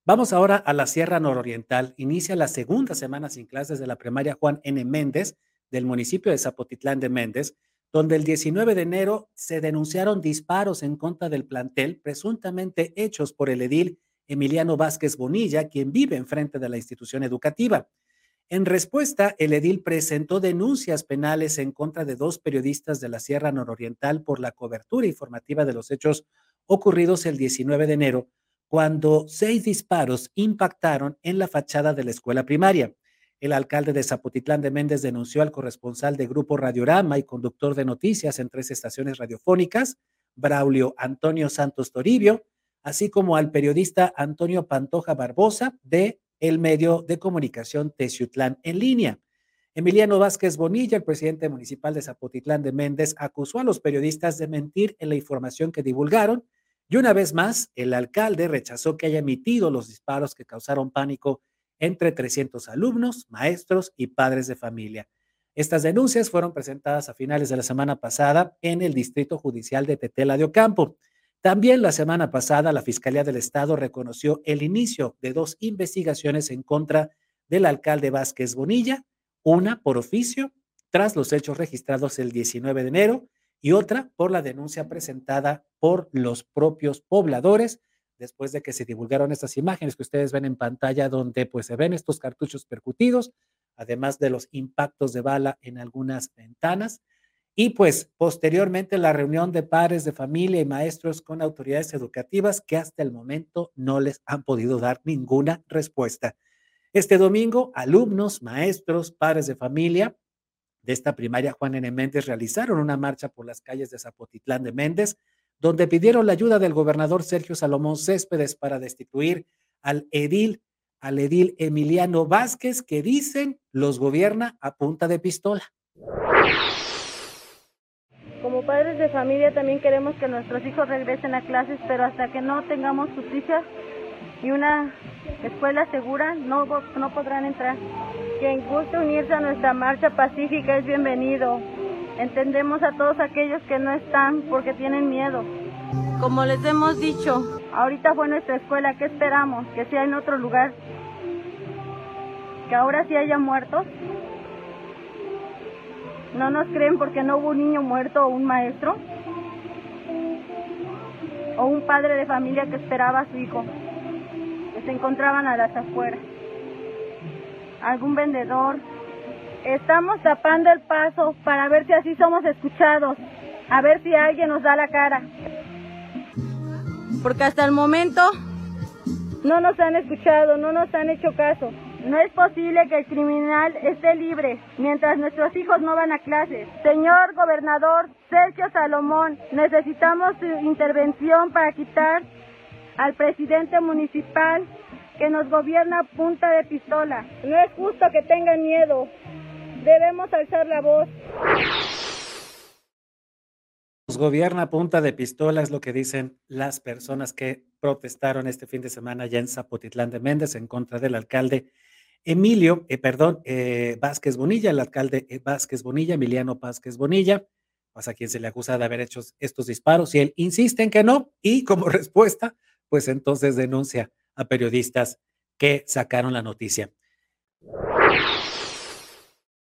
Vamos ahora a la Sierra Nororiental. Inicia la segunda semana sin clases de la primaria Juan N. Méndez del municipio de Zapotitlán de Méndez, donde el 19 de enero se denunciaron disparos en contra del plantel, presuntamente hechos por el edil Emiliano Vázquez Bonilla, quien vive enfrente de la institución educativa. En respuesta, el edil presentó denuncias penales en contra de dos periodistas de la Sierra Nororiental por la cobertura informativa de los hechos ocurridos el 19 de enero, cuando 6 disparos impactaron en la fachada de la escuela primaria. El alcalde de Zapotitlán de Méndez denunció al corresponsal de Grupo Radiorama y conductor de noticias en 3 estaciones radiofónicas, Braulio Antonio Santos Toribio, así como al periodista Antonio Pantoja Barbosa de el medio de comunicación Teciutlán en línea. Emiliano Vázquez Bonilla, el presidente municipal de Zapotitlán de Méndez, acusó a los periodistas de mentir en la información que divulgaron y una vez más el alcalde rechazó que haya emitido los disparos que causaron pánico entre 300 alumnos, maestros y padres de familia. Estas denuncias fueron presentadas a finales de la semana pasada en el Distrito Judicial de Tetela de Ocampo. También la semana pasada, la Fiscalía del Estado reconoció el inicio de 2 investigaciones en contra del alcalde Vázquez Bonilla, una por oficio, tras los hechos registrados el 19 de enero, y otra por la denuncia presentada por los propios pobladores, después de que se divulgaron estas imágenes que ustedes ven en pantalla, donde pues se ven estos cartuchos percutidos, además de los impactos de bala en algunas ventanas. Y pues posteriormente la reunión de padres de familia y maestros con autoridades educativas que hasta el momento no les han podido dar ninguna respuesta. Este domingo, alumnos, maestros, padres de familia de esta primaria Juan N. Méndez realizaron una marcha por las calles de Zapotitlán de Méndez, donde pidieron la ayuda del gobernador Sergio Salomón Céspedes para destituir al edil, al edil Emiliano Vázquez, que dicen los gobierna a punta de pistola. Como padres de familia también queremos que nuestros hijos regresen a clases, pero hasta que no tengamos justicia y una escuela segura, no podrán entrar. Quien guste unirse a nuestra marcha pacífica es bienvenido. Entendemos a todos aquellos que no están porque tienen miedo. Como les hemos dicho, ahorita fue nuestra escuela, ¿qué esperamos? ¿Que sea en otro lugar? ¿Que ahora sí haya muertos? ¿No nos creen porque no hubo un niño muerto o un maestro? ¿O un padre de familia que esperaba a su hijo? Que se encontraban a las afueras. ¿Algún vendedor? Estamos tapando el paso para ver si así somos escuchados. A ver si alguien nos da la cara. Porque hasta el momento no nos han escuchado, no nos han hecho caso. No es posible que el criminal esté libre mientras nuestros hijos no van a clases. Señor gobernador Sergio Salomón, necesitamos su intervención para quitar al presidente municipal que nos gobierna a punta de pistola. No es justo que tengan miedo. Debemos alzar la voz. Nos gobierna a punta de pistola, es lo que dicen las personas que protestaron este fin de semana ya en Zapotitlán de Méndez en contra del alcalde Vázquez Bonilla, el alcalde Vázquez Bonilla, Emiliano Vázquez Bonilla, pues a quien se le acusa de haber hecho estos disparos y él insiste en que no, y como respuesta, pues entonces denuncia a periodistas que sacaron la noticia.